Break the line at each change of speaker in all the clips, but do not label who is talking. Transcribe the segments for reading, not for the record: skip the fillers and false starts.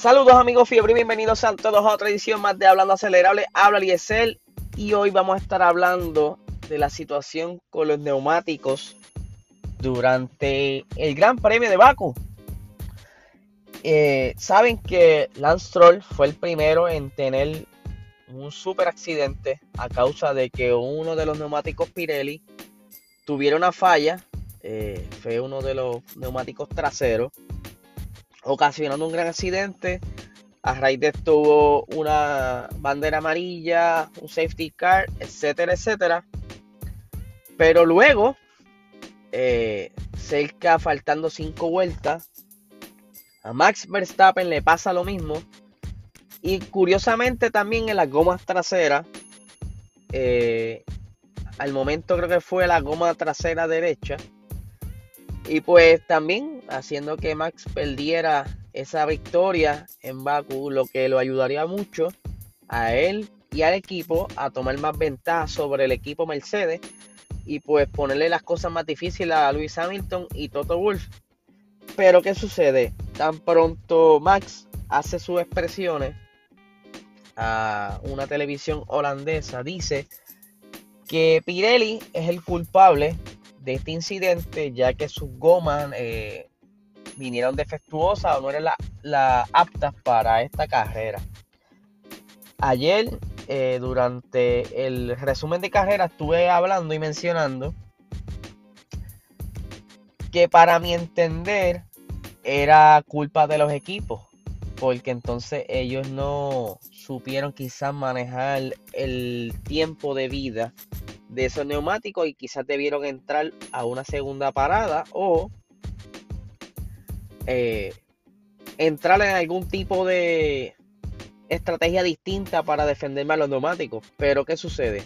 Saludos amigos Fiebre y bienvenidos a todos a otra edición más de Hablando Acelerable. Habla Liesel y hoy vamos a estar hablando de la situación con los neumáticos durante el Gran Premio de Bakú. Saben que Lance Stroll fue el primero en tener un super accidente a causa de que uno de los neumáticos Pirelli tuviera una falla. Fue uno de los neumáticos traseros, ocasionando un gran accidente. A raíz de esto hubo una bandera amarilla, un safety car, etcétera, etcétera. Pero luego, cerca faltando 5 vueltas, a Max Verstappen le pasa lo mismo. Y curiosamente también en las gomas traseras, al momento creo que fue la goma trasera derecha. Y pues también haciendo que Max perdiera esa victoria en Bakú, lo que lo ayudaría mucho a él y al equipo a tomar más ventaja sobre el equipo Mercedes y pues ponerle las cosas más difíciles a Lewis Hamilton y Toto Wolff. Pero ¿qué sucede? Tan pronto Max hace sus expresiones a una televisión holandesa, dice que Pirelli es el culpable de este incidente, ya que sus gomas vinieron defectuosas o no eran las aptas para esta carrera. Ayer, durante el resumen de carrera, estuve hablando y mencionando que para mi entender era culpa de los equipos, porque entonces ellos no supieron quizás manejar el tiempo de vida de esos neumáticos y quizás debieron entrar a una segunda parada o entrar en algún tipo de estrategia distinta para defender más los neumáticos. Pero ¿qué sucede?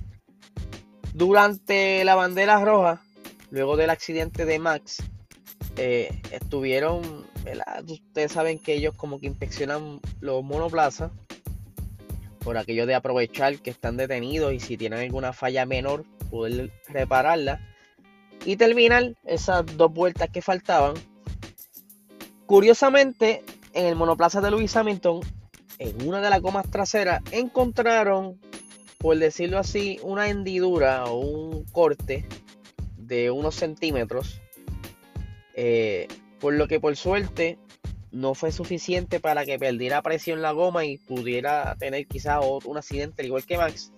Durante la bandera roja, luego del accidente de Max, estuvieron, ¿verdad? Ustedes saben que ellos como que inspeccionan los monoplazas por aquello de aprovechar que están detenidos y si tienen alguna falla menor poder repararla y terminar esas 2 vueltas que faltaban. Curiosamente, en el monoplaza de Lewis Hamilton, en una de las gomas traseras, encontraron, por decirlo así, una hendidura o un corte de unos centímetros, por lo que por suerte no fue suficiente para que perdiera presión la goma y pudiera tener quizás un accidente igual que Max.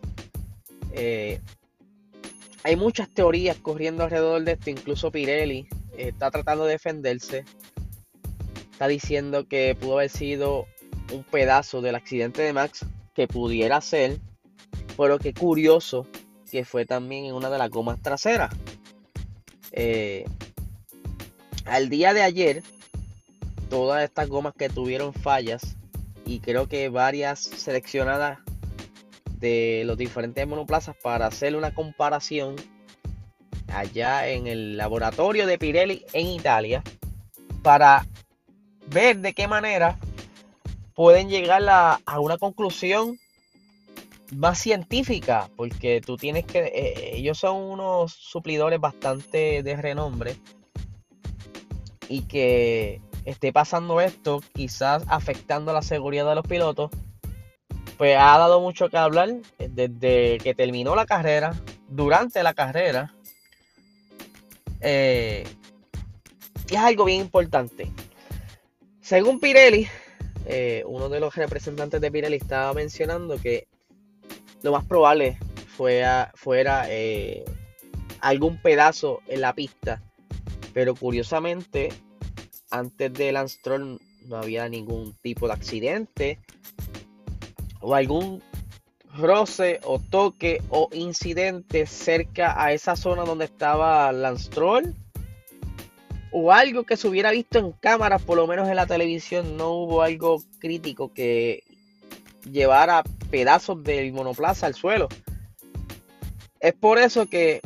Hay muchas teorías corriendo alrededor de esto, incluso Pirelli está tratando de defenderse. Está diciendo que pudo haber sido un pedazo del accidente de Max, que pudiera ser, pero qué curioso que fue también en una de las gomas traseras. Al día de ayer, todas estas gomas que tuvieron fallas, y creo que varias seleccionadas de los diferentes monoplazas para hacer una comparación allá en el laboratorio de Pirelli en Italia, para ver de qué manera pueden llegar a una conclusión más científica, porque tú tienes que, ellos son unos suplidores bastante de renombre y que esté pasando esto, quizás afectando la seguridad de los pilotos, pues ha dado mucho que hablar desde que terminó la carrera, durante la carrera, y es algo bien importante. Según Pirelli, uno de los representantes de Pirelli estaba mencionando que lo más probable fuera algún pedazo en la pista, pero curiosamente antes de Lance Stroll no había ningún tipo de accidente o algún roce o toque o incidente cerca a esa zona donde estaba Lance Stroll, o algo que se hubiera visto en cámaras, por lo menos en la televisión no hubo algo crítico que llevara pedazos del monoplaza al suelo. Es por eso que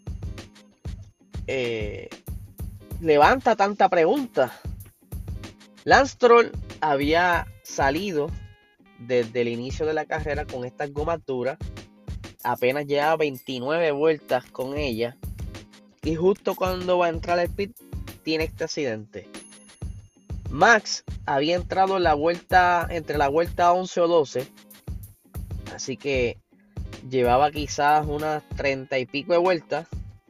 levanta tanta pregunta. Lance Stroll había salido desde el inicio de la carrera con estas gomas duras, apenas lleva 29 vueltas con ella y justo cuando va a entrar al pit tiene este accidente. Max había entrado en la vuelta, entre la vuelta 11 o 12, así que llevaba quizás unas 30 y pico de vueltas,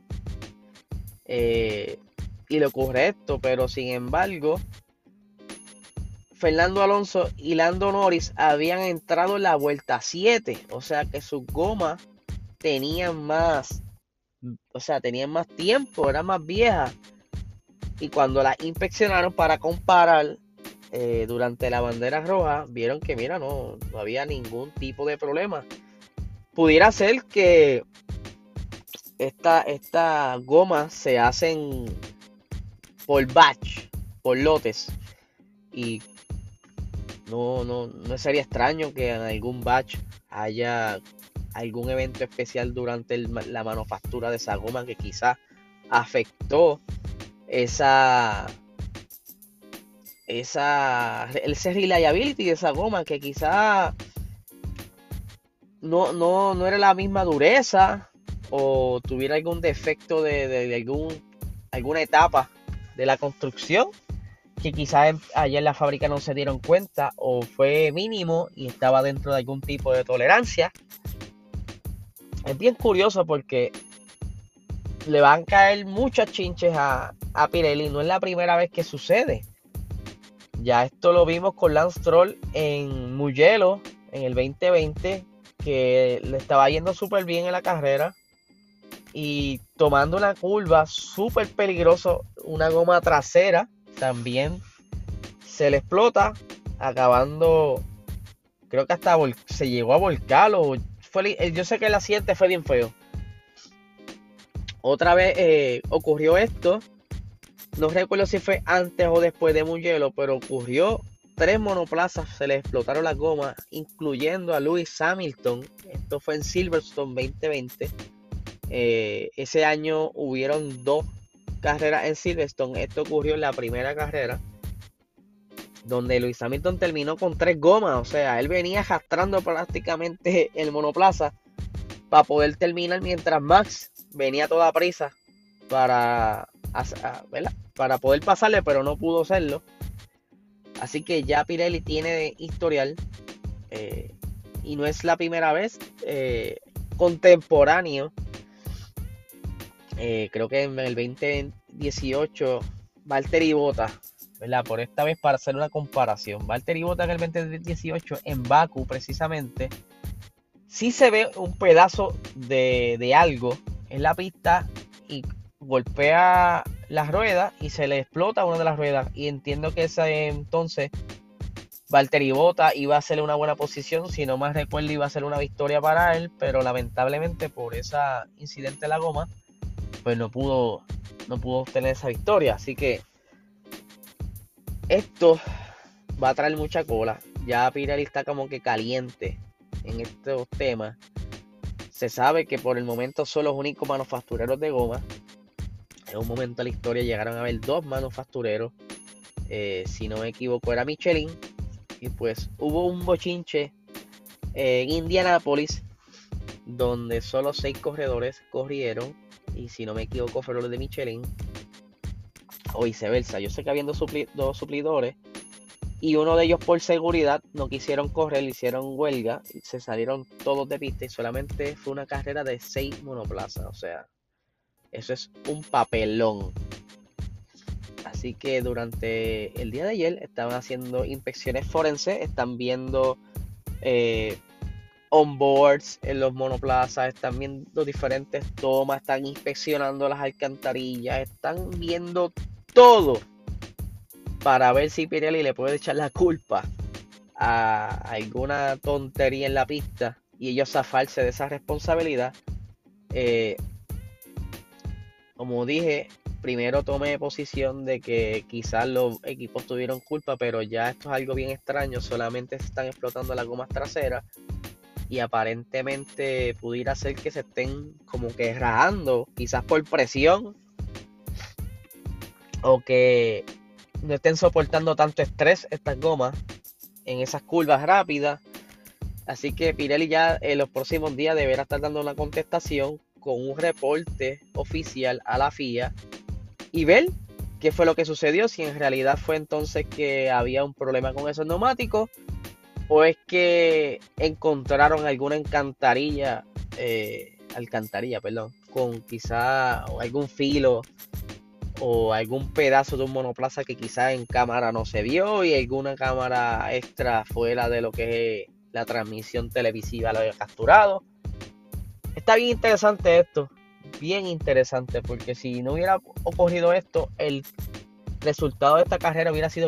y le ocurre esto, pero sin embargo, Fernando Alonso y Lando Norris habían entrado en la vuelta 7, o sea que sus gomas tenían más, tenían más tiempo, eran más viejas. Y cuando las inspeccionaron para comparar durante la bandera roja, vieron que mira, no había ningún tipo de problema. Pudiera ser que esta gomas se hacen por batch, por lotes, y no sería extraño que en algún batch haya algún evento especial durante la manufactura de esa goma que quizás afectó ese reliability de esa goma, que quizás no era la misma dureza o tuviera algún defecto de alguna etapa de la construcción que quizás allá en la fábrica no se dieron cuenta o fue mínimo y estaba dentro de algún tipo de tolerancia. Es bien curioso porque le van a caer muchas chinches a Pirelli. No es la primera vez que sucede. Ya esto lo vimos con Lance Stroll en Mugello en el 2020, que le estaba yendo súper bien en la carrera y tomando una curva súper peligroso, una goma trasera también se le explota, acabando, creo que hasta se llegó a volcar. Yo sé que el accidente fue bien feo. Otra vez ocurrió esto, no recuerdo si fue antes o después de Mugello, pero ocurrió. 3 monoplazas se les explotaron las gomas, incluyendo a Lewis Hamilton. Esto fue en Silverstone 2020. Ese año hubieron 2 carreras en Silverstone. Esto ocurrió en la primera carrera, donde Lewis Hamilton terminó con 3 gomas. O sea, él venía arrastrando prácticamente el monoplaza para poder terminar, mientras Max venía a toda prisa para poder pasarle, pero no pudo hacerlo. Así que ya Pirelli tiene historial, y no es la primera vez. Contemporáneo, creo que en el 2018 Valtteri Bottas, ¿verdad? Por esta vez, para hacer una comparación, Valtteri Bottas en el 2018 en Bakú precisamente, sí se ve un pedazo de algo en la pista y golpea las ruedas y se le explota una de las ruedas, y entiendo que ese entonces Valtteri Bottas iba a hacerle una buena posición, si no más recuerdo iba a ser una victoria para él, pero lamentablemente por ese incidente de la goma pues no pudo obtener esa victoria. Así que esto va a traer mucha cola. Ya Pirelli está como que caliente en estos temas. Se sabe que por el momento son los únicos manufactureros de goma. En un momento de la historia llegaron a haber 2 manufactureros. Si no me equivoco era Michelin. Y pues hubo un bochinche en Indianápolis, donde solo 6 corredores corrieron. Y si no me equivoco fueron los de Michelin. O viceversa. Yo sé que habían 2 suplidores. Y uno de ellos, por seguridad, no quisieron correr, hicieron huelga y se salieron todos de pista. Y solamente fue una carrera de 6 monoplazas. O sea, eso es un papelón. Así que durante el día de ayer estaban haciendo inspecciones forenses. Están viendo onboards en los monoplazas. Están viendo diferentes tomas. Están inspeccionando las alcantarillas. Están viendo todo para ver si Pirelli le puede echar la culpa a alguna tontería en la pista y ellos zafarse de esa responsabilidad. Como dije, primero tomé posición de que quizás los equipos tuvieron culpa, pero ya esto es algo bien extraño. Solamente se están explotando las gomas traseras y aparentemente pudiera ser que se estén como que rajando, quizás por presión, o que no estén soportando tanto estrés estas gomas en esas curvas rápidas. Así que Pirelli ya en los próximos días deberá estar dando una contestación con un reporte oficial a la FIA y ver qué fue lo que sucedió, si en realidad fue entonces que había un problema con esos neumáticos o es que encontraron alguna alcantarilla, perdón, con quizá algún filo o algún pedazo de un monoplaza que quizá en cámara no se vio y alguna cámara extra fuera de lo que es la transmisión televisiva lo haya capturado. Está bien interesante esto, bien interesante, porque si no hubiera ocurrido esto, el resultado de esta carrera hubiera sido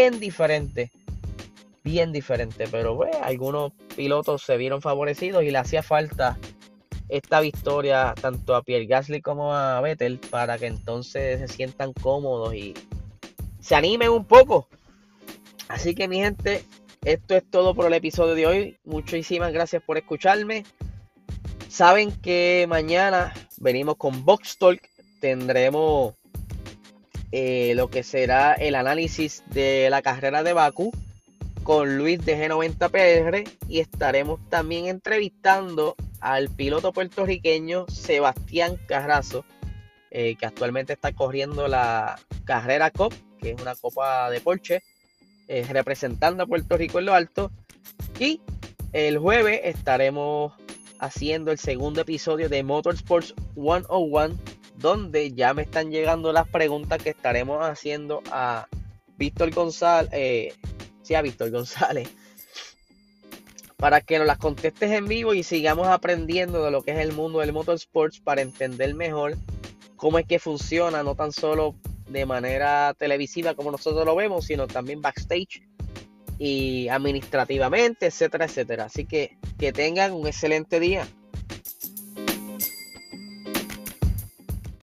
bien diferente, pero bueno, algunos pilotos se vieron favorecidos y le hacía falta esta victoria tanto a Pierre Gasly como a Vettel para que entonces se sientan cómodos y se animen un poco. Así que mi gente, esto es todo por el episodio de hoy. Muchísimas gracias por escucharme. Saben que mañana venimos con Box Talk. Tendremos lo que será el análisis de la carrera de Bakú con Luis de G90PR y estaremos también entrevistando al piloto puertorriqueño Sebastián Carrazo, que actualmente está corriendo la Carrera Cup, que es una copa de Porsche, representando a Puerto Rico en lo alto. Y el jueves estaremos haciendo el segundo episodio de Motorsports 101, donde ya me están llegando las preguntas que estaremos haciendo a Víctor González, a Víctor González, para que nos las contestes en vivo y sigamos aprendiendo de lo que es el mundo del motorsports para entender mejor cómo es que funciona, no tan solo de manera televisiva como nosotros lo vemos, sino también backstage y administrativamente, etcétera, etcétera. Así que tengan un excelente día.